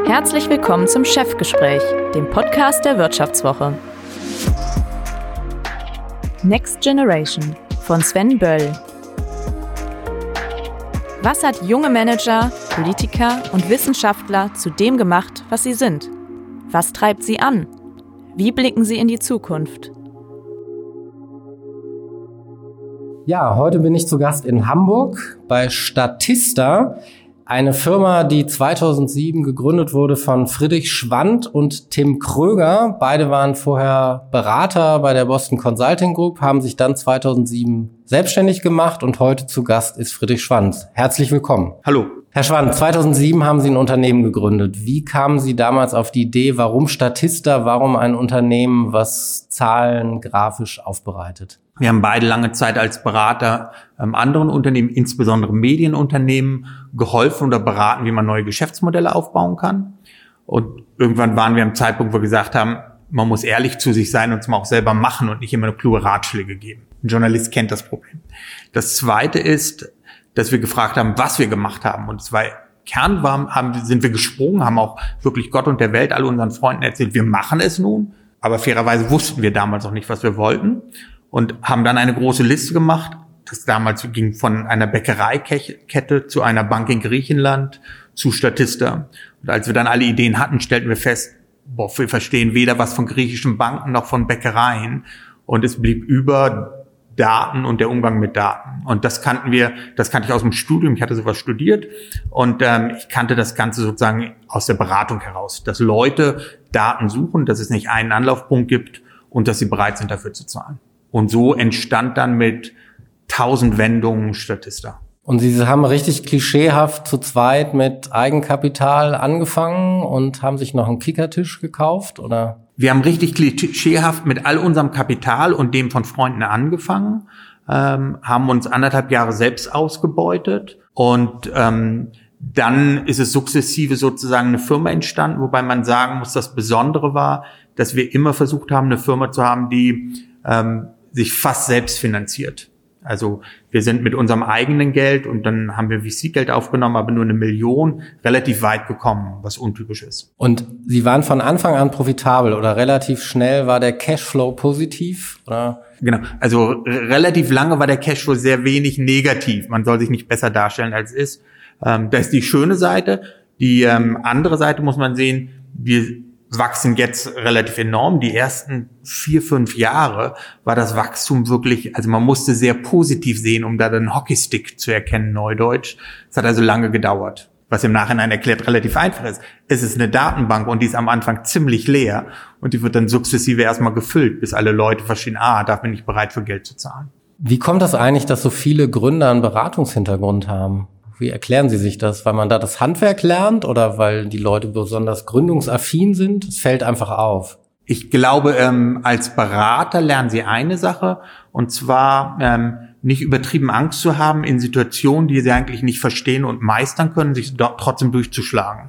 Herzlich willkommen zum Chefgespräch, dem Podcast der Wirtschaftswoche. Next Generation von Sven Böll. Was hat junge Manager, Politiker und Wissenschaftler zu dem gemacht, was sie sind? Was treibt sie an? Wie blicken sie in die Zukunft? Ja, heute bin ich zu Gast in Hamburg bei Statista, eine Firma, die 2007 gegründet wurde von Friedrich Schwandt und Tim Kröger. Beide waren vorher Berater bei der Boston Consulting Group, haben sich dann 2007 selbstständig gemacht und heute zu Gast ist Friedrich Schwandt. Herzlich willkommen. Hallo. Herr Schwandt, 2007 haben Sie ein Unternehmen gegründet. Wie kamen Sie damals auf die Idee, warum Statista, warum ein Unternehmen, was Zahlen grafisch aufbereitet? Wir haben beide lange Zeit als Berater anderen Unternehmen, insbesondere Medienunternehmen, geholfen oder beraten, wie man neue Geschäftsmodelle aufbauen kann. Und irgendwann waren wir am Zeitpunkt, wo wir gesagt haben, man muss ehrlich zu sich sein und es mal auch selber machen und nicht immer nur kluge Ratschläge geben. Ein Journalist kennt das Problem. Das Zweite ist, dass wir gefragt haben, was wir gemacht haben. Und zwei Kernwarm sind wir gesprungen, haben auch wirklich Gott und der Welt, alle unseren Freunden erzählt, wir machen es nun. Aber fairerweise wussten wir damals noch nicht, was wir wollten. Und haben dann eine große Liste gemacht. Das damals ging von einer Bäckereikette zu einer Bank in Griechenland zu Statista. Und als wir dann alle Ideen hatten, stellten wir fest, wir verstehen weder was von griechischen Banken noch von Bäckereien. Und es blieb über Daten und der Umgang mit Daten. Und das kannte ich aus dem Studium. Ich hatte sowas studiert. Und ich kannte das Ganze sozusagen aus der Beratung heraus. Dass Leute Daten suchen, dass es nicht einen Anlaufpunkt gibt und dass sie bereit sind, dafür zu zahlen. Und so entstand dann mit 1000 Wendungen Statista. Und Sie haben richtig klischeehaft zu zweit mit Eigenkapital angefangen und haben sich noch einen Kickertisch gekauft, oder? Wir haben richtig klischeehaft mit all unserem Kapital und dem von Freunden angefangen, haben uns 1,5 Jahre selbst ausgebeutet und dann ist es sukzessive sozusagen eine Firma entstanden, wobei man sagen muss, das Besondere war, dass wir immer versucht haben, eine Firma zu haben, die sich fast selbst finanziert. Also wir sind mit unserem eigenen Geld und dann haben wir VC-Geld aufgenommen, aber nur 1 Million, relativ weit gekommen, was untypisch ist. Und Sie waren von Anfang an profitabel oder relativ schnell war der Cashflow positiv, oder? Genau, also relativ lange war der Cashflow sehr wenig negativ. Man soll sich nicht besser darstellen, als es ist. Das ist die schöne Seite. Die andere Seite muss man sehen, wir wachsen jetzt relativ enorm. Die ersten 4-5 Jahre war das Wachstum wirklich, also man musste sehr positiv sehen, um da den Hockeystick zu erkennen, Neudeutsch. Es hat also lange gedauert. Was im Nachhinein erklärt relativ einfach ist. Es ist eine Datenbank und die ist am Anfang ziemlich leer und die wird dann sukzessive erstmal gefüllt, bis alle Leute verstehen, da bin ich bereit für Geld zu zahlen. Wie kommt das eigentlich, dass so viele Gründer einen Beratungshintergrund haben? Wie erklären Sie sich das? Weil man da das Handwerk lernt oder weil die Leute besonders gründungsaffin sind? Es fällt einfach auf. Ich glaube, als Berater lernen Sie eine Sache, und zwar nicht übertrieben Angst zu haben in Situationen, die Sie eigentlich nicht verstehen und meistern können, sich trotzdem durchzuschlagen.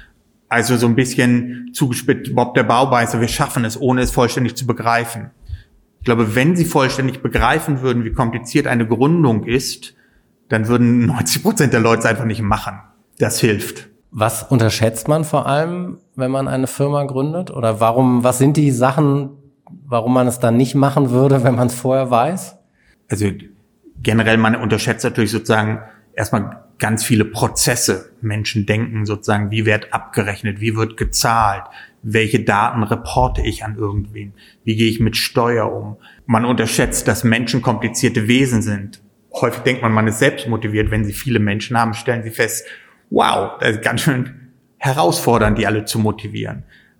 Also so ein bisschen zugespitzt, Bob der Baubeißer, wir schaffen es, ohne es vollständig zu begreifen. Ich glaube, wenn Sie vollständig begreifen würden, wie kompliziert eine Gründung ist, dann würden 90% der Leute es einfach nicht machen. Das hilft. Was unterschätzt man vor allem, wenn man eine Firma gründet? Oder was sind die Sachen, warum man es dann nicht machen würde, wenn man es vorher weiß? Also generell, man unterschätzt natürlich sozusagen erstmal ganz viele Prozesse. Menschen denken sozusagen, wie wird abgerechnet, wie wird gezahlt, welche Daten reporte ich an irgendwen, wie gehe ich mit Steuer um. Man unterschätzt, dass Menschen komplizierte Wesen sind. Häufig denkt man ist selbst motiviert. Wenn Sie viele Menschen haben, stellen Sie fest, wow, das ist ganz schön herausfordernd, die alle zu motivieren.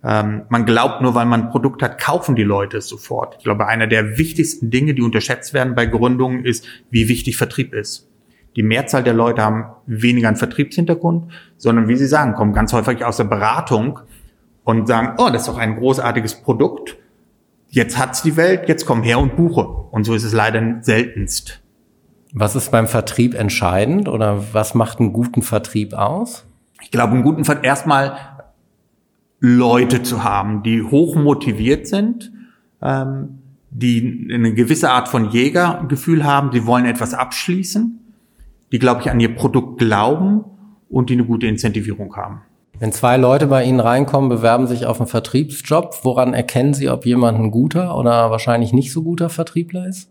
Man glaubt, nur weil man ein Produkt hat, kaufen die Leute es sofort. Ich glaube, einer der wichtigsten Dinge, die unterschätzt werden bei Gründungen, ist, wie wichtig Vertrieb ist. Die Mehrzahl der Leute haben weniger einen Vertriebshintergrund, sondern, wie Sie sagen, kommen ganz häufig aus der Beratung und sagen, das ist doch ein großartiges Produkt. Jetzt hat's die Welt, jetzt komm her und buche. Und so ist es leider seltenst. Was ist beim Vertrieb entscheidend oder was macht einen guten Vertrieb aus? Ich glaube, einen guten Vertrieb erstmal Leute zu haben, die hoch motiviert sind, die eine gewisse Art von Jägergefühl haben, die wollen etwas abschließen, die, glaube ich, an ihr Produkt glauben und die eine gute Incentivierung haben. Wenn 2 Leute bei Ihnen reinkommen, bewerben sich auf einen Vertriebsjob, woran erkennen Sie, ob jemand ein guter oder wahrscheinlich nicht so guter Vertriebler ist?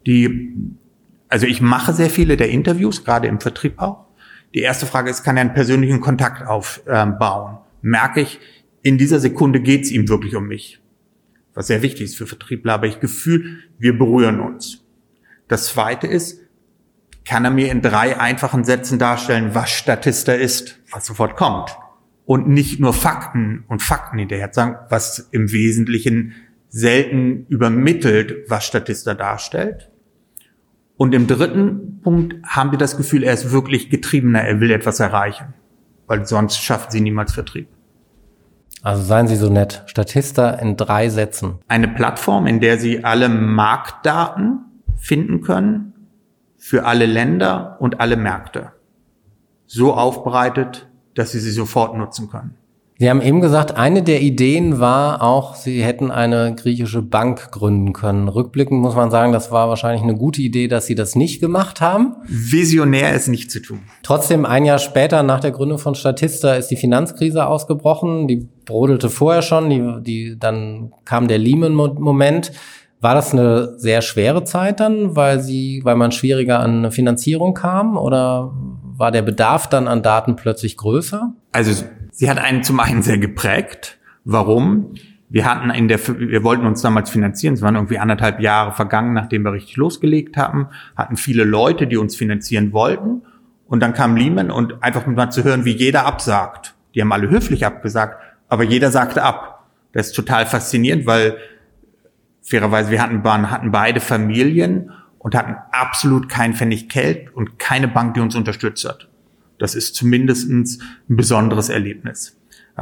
Also ich mache sehr viele der Interviews, gerade im Vertrieb auch. Die erste Frage ist, kann er einen persönlichen Kontakt aufbauen? Merke ich, in dieser Sekunde geht es ihm wirklich um mich? Was sehr wichtig ist für Vertriebler, aber ich Gefühl, wir berühren uns. Das Zweite ist, kann er mir in 3 einfachen Sätzen darstellen, was Statista ist, was sofort kommt. Und nicht nur Fakten hinterher sagen, was im Wesentlichen selten übermittelt, was Statista darstellt. Und im 3. Punkt haben wir das Gefühl, er ist wirklich getriebener, er will etwas erreichen. Weil sonst schaffen sie niemals Vertrieb. Also seien Sie so nett. Statista in 3 Sätzen. Eine Plattform, in der Sie alle Marktdaten finden können für alle Länder und alle Märkte. So aufbereitet, dass Sie sie sofort nutzen können. Sie haben eben gesagt, eine der Ideen war auch, Sie hätten eine griechische Bank gründen können. Rückblickend muss man sagen, das war wahrscheinlich eine gute Idee, dass Sie das nicht gemacht haben. Visionär ist nicht zu tun. Trotzdem, ein Jahr später, nach der Gründung von Statista, ist die Finanzkrise ausgebrochen. Die brodelte vorher schon, dann kam der Lehman-Moment. War das eine sehr schwere Zeit dann, weil man schwieriger an eine Finanzierung kam, oder war der Bedarf dann an Daten plötzlich größer? Also sie hat einen zum einen sehr geprägt. Warum? Wir wollten uns damals finanzieren. Es waren irgendwie 1,5 Jahre vergangen, nachdem wir richtig losgelegt hatten. Hatten viele Leute, die uns finanzieren wollten. Und dann kam Lehman und einfach mal zu hören, wie jeder absagt. Die haben alle höflich abgesagt, aber jeder sagte ab. Das ist total faszinierend, weil fairerweise wir hatten beide Familien und hatten absolut keinen Pfennig Geld und keine Bank, die uns unterstützt hat. Das ist zumindest ein besonderes Erlebnis.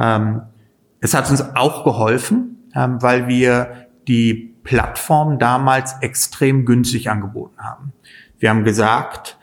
Es hat uns auch geholfen, weil wir die Plattform damals extrem günstig angeboten haben. Wir haben gesagt,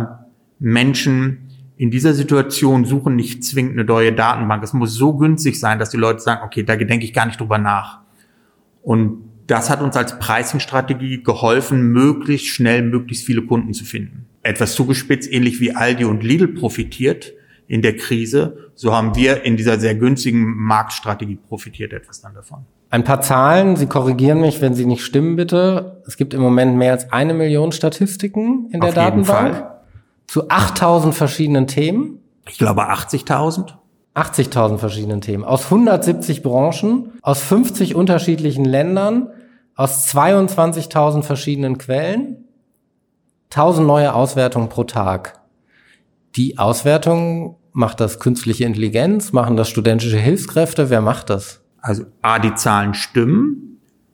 Menschen in dieser Situation suchen nicht zwingend eine neue Datenbank. Es muss so günstig sein, dass die Leute sagen, okay, da denke ich gar nicht drüber nach. Und das hat uns als Pricing-Strategie geholfen, möglichst schnell möglichst viele Kunden zu finden. Etwas zugespitzt, ähnlich wie Aldi und Lidl profitiert in der Krise, so haben wir in dieser sehr günstigen Marktstrategie profitiert etwas dann davon. Ein paar Zahlen, Sie korrigieren mich, wenn sie nicht stimmen, bitte. Es gibt im Moment mehr als 1 Million Statistiken in der Datenbank zu 8.000 verschiedenen Themen. Ich glaube 80.000. 80.000 verschiedenen Themen, aus 170 Branchen, aus 50 unterschiedlichen Ländern, aus 22.000 verschiedenen Quellen, 1.000 neue Auswertungen pro Tag. Die Auswertung, macht das künstliche Intelligenz, machen das studentische Hilfskräfte, wer macht das? Also A, die Zahlen stimmen,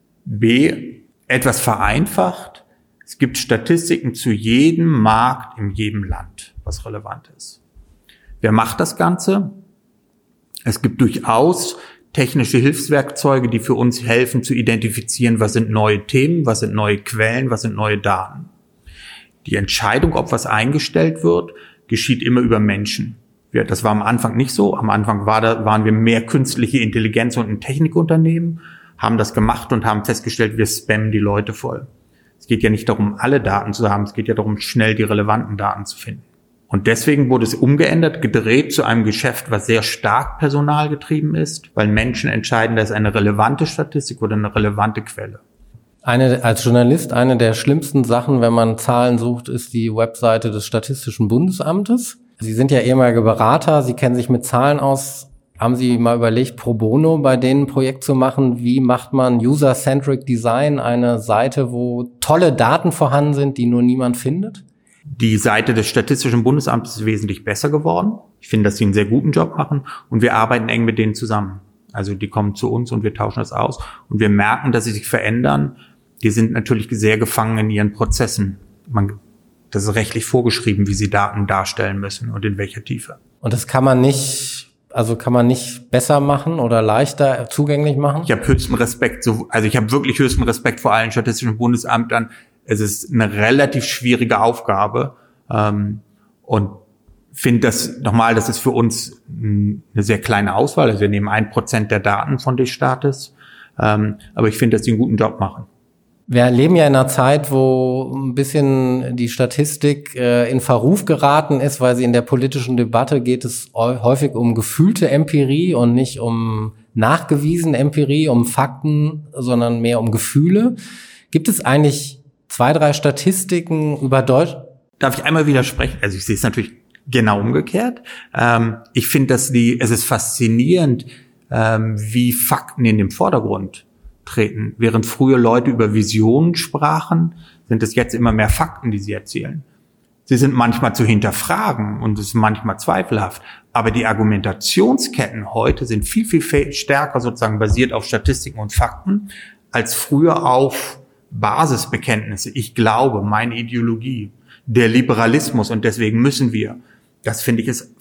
B, etwas vereinfacht, es gibt Statistiken zu jedem Markt in jedem Land, was relevant ist. Wer macht das Ganze? Es gibt durchaus technische Hilfswerkzeuge, die für uns helfen zu identifizieren, was sind neue Themen, was sind neue Quellen, was sind neue Daten. Die Entscheidung, ob was eingestellt wird, geschieht immer über Menschen. Das war am Anfang nicht so. Am Anfang waren wir mehr künstliche Intelligenz und ein Technikunternehmen, haben das gemacht und haben festgestellt, wir spammen die Leute voll. Es geht ja nicht darum, alle Daten zu haben, es geht ja darum, schnell die relevanten Daten zu finden. Und deswegen wurde es umgeändert, gedreht zu einem Geschäft, was sehr stark personalgetrieben ist, weil Menschen entscheiden, da ist eine relevante Statistik oder eine relevante Quelle. Als Journalist, eine der schlimmsten Sachen, wenn man Zahlen sucht, ist die Webseite des Statistischen Bundesamtes. Sie sind ja ehemalige Berater, Sie kennen sich mit Zahlen aus. Haben Sie mal überlegt, pro bono bei denen ein Projekt zu machen? Wie macht man User-Centric Design, eine Seite, wo tolle Daten vorhanden sind, die nur niemand findet? Die Seite des Statistischen Bundesamtes ist wesentlich besser geworden. Ich finde, dass sie einen sehr guten Job machen und wir arbeiten eng mit denen zusammen. Also die kommen zu uns und wir tauschen das aus und wir merken, dass sie sich verändern. Die sind natürlich sehr gefangen in ihren Prozessen. Das ist rechtlich vorgeschrieben, wie sie Daten darstellen müssen und in welcher Tiefe. Und das kann man nicht besser machen oder leichter zugänglich machen? Ich habe höchsten Respekt, ich habe wirklich höchsten Respekt vor allen Statistischen Bundesämtern. Es ist eine relativ schwierige Aufgabe und finde das ist für uns eine sehr kleine Auswahl. Also wir nehmen 1% der Daten von des Staates, aber ich finde, dass die einen guten Job machen. Wir leben ja in einer Zeit, wo ein bisschen die Statistik in Verruf geraten ist, weil sie in der politischen Debatte geht es häufig um gefühlte Empirie und nicht um nachgewiesene Empirie, um Fakten, sondern mehr um Gefühle. Gibt es eigentlich 2, 3 Statistiken über Deutschland? Darf ich einmal widersprechen? Also ich sehe es natürlich genau umgekehrt. Ich finde, es ist faszinierend, wie Fakten in den Vordergrund treten. Während früher Leute über Visionen sprachen, sind es jetzt immer mehr Fakten, die sie erzählen. Sie sind manchmal zu hinterfragen und es ist manchmal zweifelhaft. Aber die Argumentationsketten heute sind viel, viel stärker sozusagen basiert auf Statistiken und Fakten als früher auf Basisbekenntnisse. Ich glaube, meine Ideologie, der Liberalismus und deswegen müssen wir. Das finde ich ist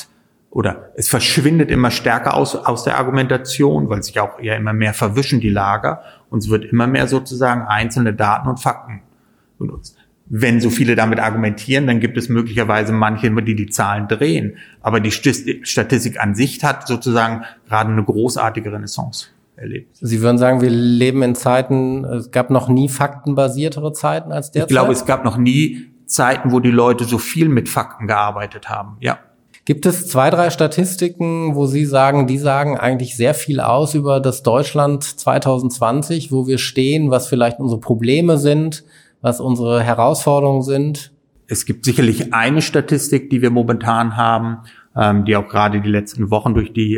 es verschwindet immer stärker aus der Argumentation, weil sich auch eher immer mehr verwischen die Lager und es wird immer mehr sozusagen einzelne Daten und Fakten benutzt. Wenn so viele damit argumentieren, dann gibt es möglicherweise manche, die Zahlen drehen. Aber die Statistik an sich hat sozusagen gerade eine großartige Renaissance erlebt. Sie würden sagen, wir leben in Zeiten, es gab noch nie faktenbasiertere Zeiten als derzeit? Ich glaube, es gab noch nie Zeiten, wo die Leute so viel mit Fakten gearbeitet haben, ja. Gibt es 2, 3 Statistiken, wo Sie sagen, die sagen eigentlich sehr viel aus über das Deutschland 2020, wo wir stehen, was vielleicht unsere Probleme sind, was unsere Herausforderungen sind? Es gibt sicherlich eine Statistik, die wir momentan haben, die auch gerade die letzten Wochen durch die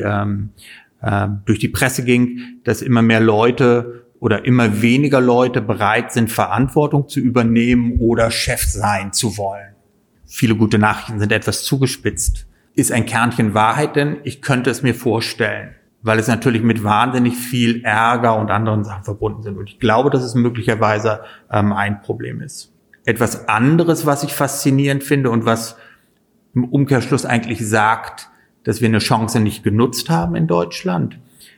Presse ging, dass immer mehr Leute oder immer weniger Leute bereit sind, Verantwortung zu übernehmen oder Chef sein zu wollen. Viele gute Nachrichten sind etwas zugespitzt. Ist ein Kernchen Wahrheit, denn ich könnte es mir vorstellen, weil es natürlich mit wahnsinnig viel Ärger und anderen Sachen verbunden sind. Und ich glaube, dass es möglicherweise ein Problem ist. Etwas anderes, was ich faszinierend finde und was im Umkehrschluss eigentlich sagt, dass wir eine Chance nicht genutzt haben in Deutschland.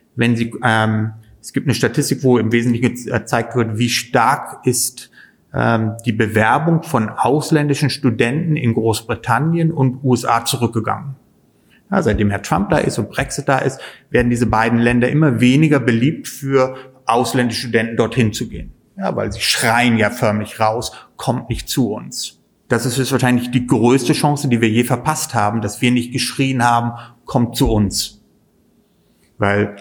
Es gibt eine Statistik, wo im Wesentlichen gezeigt wird, wie stark ist die Bewerbung von ausländischen Studenten in Großbritannien und USA zurückgegangen. Ja, seitdem Herr Trump da ist und Brexit da ist, werden diese beiden Länder immer weniger beliebt für ausländische Studenten dorthin zu gehen. Ja, weil sie schreien ja förmlich raus, kommt nicht zu uns. Das ist wahrscheinlich die größte Chance, die wir je verpasst haben, dass wir nicht geschrien haben, kommt zu uns. Weil,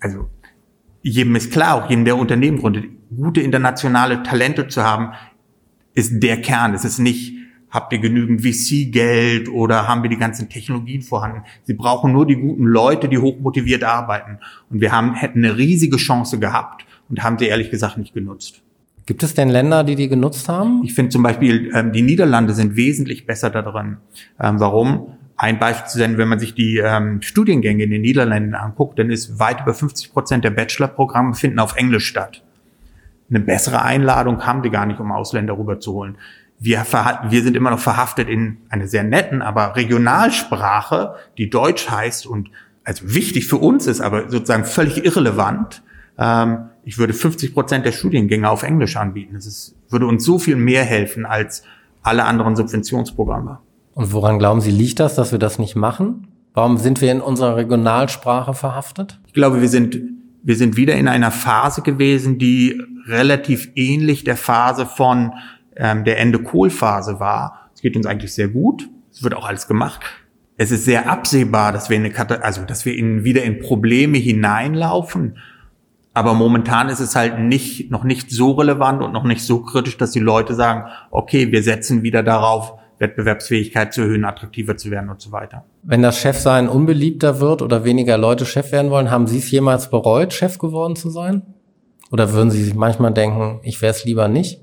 jedem ist klar, auch jedem der Unternehmen gründet, gute internationale Talente zu haben, ist der Kern. Es ist nicht, habt ihr genügend VC-Geld oder haben wir die ganzen Technologien vorhanden. Sie brauchen nur die guten Leute, die hochmotiviert arbeiten. Und wir hätten eine riesige Chance gehabt und haben sie ehrlich gesagt nicht genutzt. Gibt es denn Länder, die genutzt haben? Ich finde zum Beispiel, die Niederlande sind wesentlich besser da drin. Warum? Ein Beispiel zu nennen, wenn man sich die Studiengänge in den Niederlanden anguckt, dann ist weit über 50% der Bachelorprogramme finden auf Englisch statt. Eine bessere Einladung haben die gar nicht, um Ausländer rüberzuholen. Wir sind immer noch verhaftet in einer sehr netten, aber Regionalsprache, die Deutsch heißt und also wichtig für uns ist, aber sozusagen völlig irrelevant. Ich würde 50% der Studiengänge auf Englisch anbieten. Würde uns so viel mehr helfen als alle anderen Subventionsprogramme. Und woran glauben Sie, liegt das, dass wir das nicht machen? Warum sind wir in unserer Regionalsprache verhaftet? Ich glaube, wir sind wieder in einer Phase gewesen, die relativ ähnlich der Phase von der Ende-Kohl-Phase war. Es geht uns eigentlich sehr gut. Es wird auch alles gemacht. Es ist sehr absehbar, dass wir wieder in Probleme hineinlaufen. Aber momentan ist es halt noch nicht so relevant und noch nicht so kritisch, dass die Leute sagen, okay, wir setzen wieder darauf, Wettbewerbsfähigkeit zu erhöhen, attraktiver zu werden und so weiter. Wenn das Chefsein unbeliebter wird oder weniger Leute Chef werden wollen, haben Sie es jemals bereut, Chef geworden zu sein? Oder würden Sie sich manchmal denken, ich wäre es lieber nicht?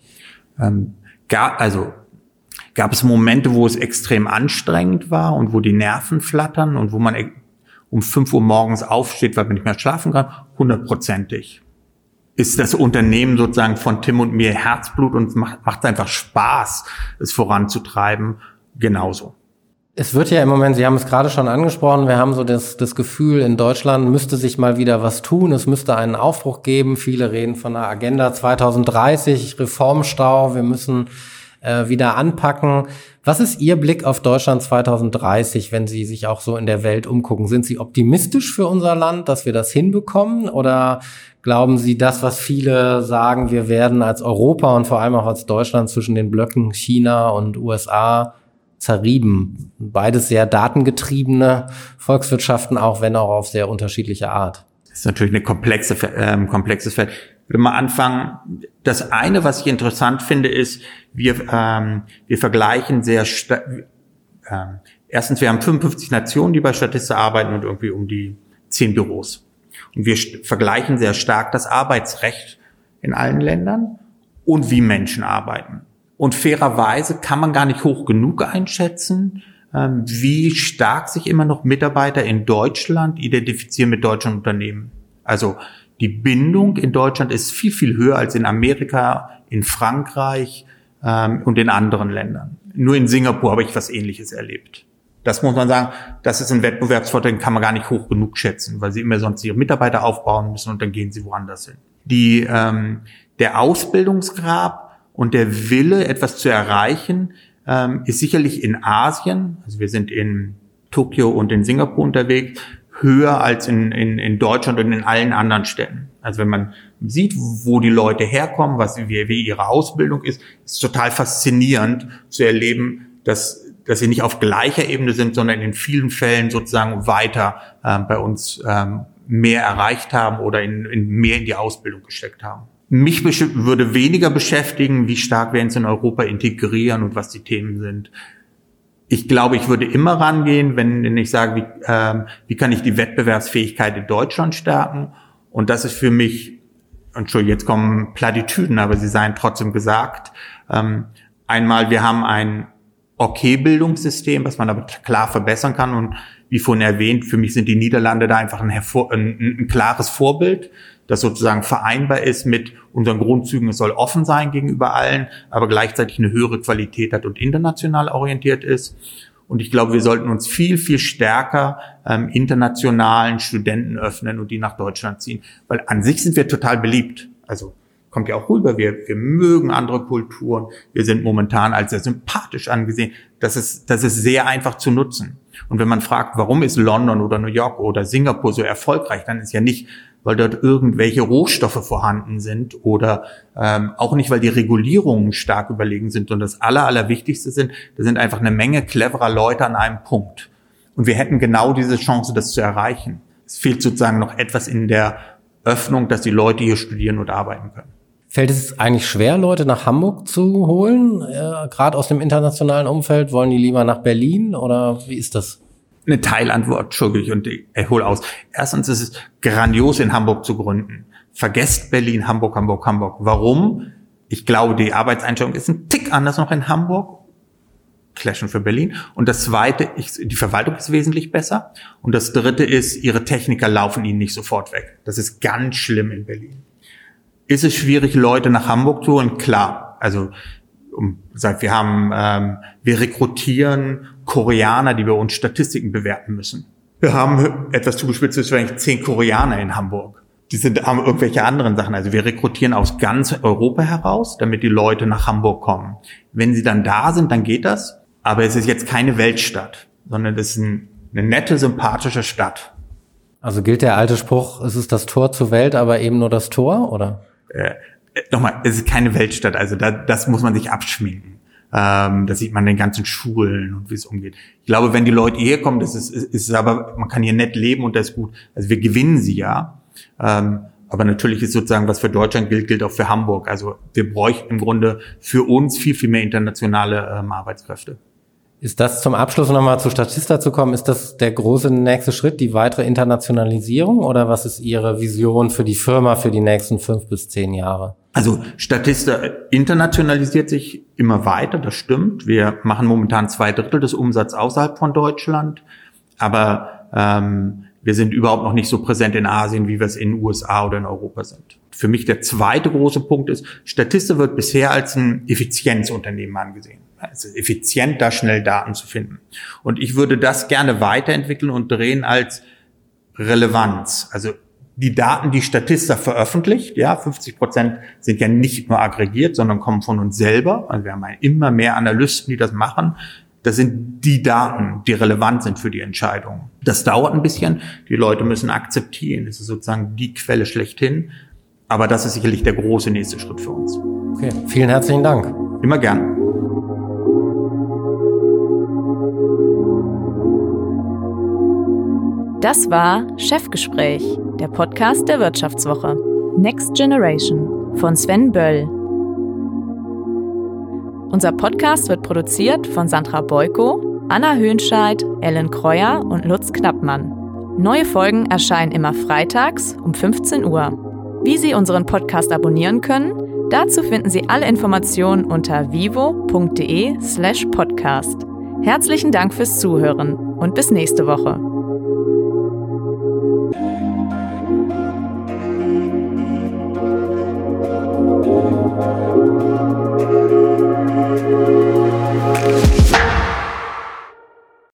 Gab es Momente, wo es extrem anstrengend war und wo die Nerven flattern und wo man um 5 Uhr morgens aufsteht, weil man nicht mehr schlafen kann? 100%ig. Ist das Unternehmen sozusagen von Tim und mir Herzblut und macht einfach Spaß, es voranzutreiben? Genauso. Es wird ja im Moment, Sie haben es gerade schon angesprochen, wir haben so das Gefühl, in Deutschland müsste sich mal wieder was tun, es müsste einen Aufbruch geben. Viele reden von einer Agenda 2030, Reformstau, wir müssen wieder anpacken. Was ist Ihr Blick auf Deutschland 2030, wenn Sie sich auch so in der Welt umgucken? Sind Sie optimistisch für unser Land, dass wir das hinbekommen? Oder glauben Sie, das, was viele sagen, wir werden als Europa und vor allem auch als Deutschland zwischen den Blöcken China und USA zerrieben? Beides sehr datengetriebene Volkswirtschaften, auch wenn auch auf sehr unterschiedliche Art. Das ist natürlich eine komplexes Feld. Ich würde mal anfangen. Das eine, was ich interessant finde, ist, wir vergleichen erstens, wir haben 55 Nationen, die bei Statista arbeiten und irgendwie um die 10 Büros. Und wir vergleichen sehr stark das Arbeitsrecht in allen Ländern und wie Menschen arbeiten. Und fairerweise kann man gar nicht hoch genug einschätzen, wie stark sich immer noch Mitarbeiter in Deutschland identifizieren mit deutschen Unternehmen. Also die Bindung in Deutschland ist viel, viel höher als in Amerika, in Frankreich und in anderen Ländern. Nur in Singapur habe ich was Ähnliches erlebt. Das muss man sagen, das ist ein Wettbewerbsvorteil, den kann man gar nicht hoch genug schätzen, weil sie immer sonst ihre Mitarbeiter aufbauen müssen und dann gehen sie woanders hin. Der Ausbildungsgrad und der Wille, etwas zu erreichen, ist sicherlich in Asien, also wir sind in Tokio und in Singapur unterwegs, höher als in Deutschland und in allen anderen Städten. Also wenn man sieht, wo die Leute herkommen, wie ihre Ausbildung ist total faszinierend zu erleben, dass sie nicht auf gleicher Ebene sind, sondern in vielen Fällen sozusagen weiter bei uns mehr erreicht haben oder mehr in die Ausbildung gesteckt haben. Mich würde weniger beschäftigen, wie stark wir uns in Europa integrieren und was die Themen sind. Ich glaube, ich würde immer rangehen, wenn ich sage, wie kann ich die Wettbewerbsfähigkeit in Deutschland stärken? Und das ist für mich, Entschuldigung, jetzt kommen Plattitüden, aber sie seien trotzdem gesagt. Einmal, wir haben ein Bildungssystem, was man aber klar verbessern kann. Und wie vorhin erwähnt, für mich sind die Niederlande da einfach ein klares Vorbild, das sozusagen vereinbar ist mit unseren Grundzügen. Es soll offen sein gegenüber allen, aber gleichzeitig eine höhere Qualität hat und international orientiert ist. Und ich glaube, wir sollten uns viel, viel stärker internationalen Studenten öffnen und die nach Deutschland ziehen. Weil an sich sind wir total beliebt. Also kommt ja auch rüber, wir mögen andere Kulturen. Wir sind momentan als sehr sympathisch angesehen. Das ist sehr einfach zu nutzen. Und wenn man fragt, warum ist London oder New York oder Singapur so erfolgreich, dann ist ja nicht, weil dort irgendwelche Rohstoffe vorhanden sind oder auch nicht, weil die Regulierungen stark überlegen sind. Und das Allerwichtigste da sind einfach eine Menge cleverer Leute an einem Punkt. Und wir hätten genau diese Chance, das zu erreichen. Es fehlt sozusagen noch etwas in der Öffnung, dass die Leute hier studieren und arbeiten können. Fällt es eigentlich schwer, Leute nach Hamburg zu holen, gerade aus dem internationalen Umfeld? Wollen die lieber nach Berlin oder wie ist das? Eine Teilantwort, Entschuldigung, und ich hole aus. Erstens ist es grandios, in Hamburg zu gründen. Vergesst Berlin, Hamburg. Warum? Ich glaube, die Arbeitseinstellung ist ein Tick anders noch in Hamburg. Clashen für Berlin. Und das Zweite, die Verwaltung ist wesentlich besser. Und das Dritte ist, ihre Techniker laufen ihnen nicht sofort weg. Das ist ganz schlimm in Berlin. Ist es schwierig, Leute nach Hamburg zu holen? Klar. Also, wir rekrutieren Koreaner, die bei uns Statistiken bewerten müssen. Wir haben etwas zugespitzt, wahrscheinlich 10 Koreaner in Hamburg. Die haben irgendwelche anderen Sachen. Also wir rekrutieren aus ganz Europa heraus, damit die Leute nach Hamburg kommen. Wenn sie dann da sind, dann geht das. Aber es ist jetzt keine Weltstadt, sondern es ist eine nette, sympathische Stadt. Also gilt der alte Spruch, es ist das Tor zur Welt, aber eben nur das Tor, oder? Nochmal, es ist keine Weltstadt, also das muss man sich abschminken. Das sieht man in den ganzen Schulen und wie es umgeht. Ich glaube, wenn die Leute hierher kommen, das ist aber, man kann hier nett leben und das ist gut. Also wir gewinnen sie ja. Aber natürlich ist sozusagen, was für Deutschland gilt auch für Hamburg. Also wir bräuchten im Grunde für uns viel, viel mehr internationale Arbeitskräfte. Ist das zum Abschluss nochmal zu Statista zu kommen, ist das der große nächste Schritt, die weitere Internationalisierung, oder was ist Ihre Vision für die Firma für die nächsten 5 bis 10 Jahre? Also Statista internationalisiert sich immer weiter, das stimmt. Wir machen momentan 2/3 des Umsatzes außerhalb von Deutschland, aber wir sind überhaupt noch nicht so präsent in Asien, wie wir es in den USA oder in Europa sind. Für mich der zweite große Punkt ist, Statista wird bisher als ein Effizienzunternehmen angesehen. Es ist effizient, da schnell Daten zu finden. Und ich würde das gerne weiterentwickeln und drehen als Relevanz. Also die Daten, die Statista veröffentlicht, 50% sind ja nicht nur aggregiert, sondern kommen von uns selber. Also wir haben immer mehr Analysten, die das machen. Das sind die Daten, die relevant sind für die Entscheidung. Das dauert ein bisschen. Die Leute müssen akzeptieren. Es ist sozusagen die Quelle schlechthin. Aber das ist sicherlich der große nächste Schritt für uns. Okay, vielen herzlichen Dank. Immer gern. Das war Chefgespräch, der Podcast der Wirtschaftswoche. Next Generation von Sven Böll. Unser Podcast wird produziert von Sandra Beuko, Anna Höhnscheid, Ellen Kreuer und Lutz Knappmann. Neue Folgen erscheinen immer freitags um 15 Uhr. Wie Sie unseren Podcast abonnieren können, dazu finden Sie alle Informationen unter vivo.de/podcast. Herzlichen Dank fürs Zuhören und bis nächste Woche.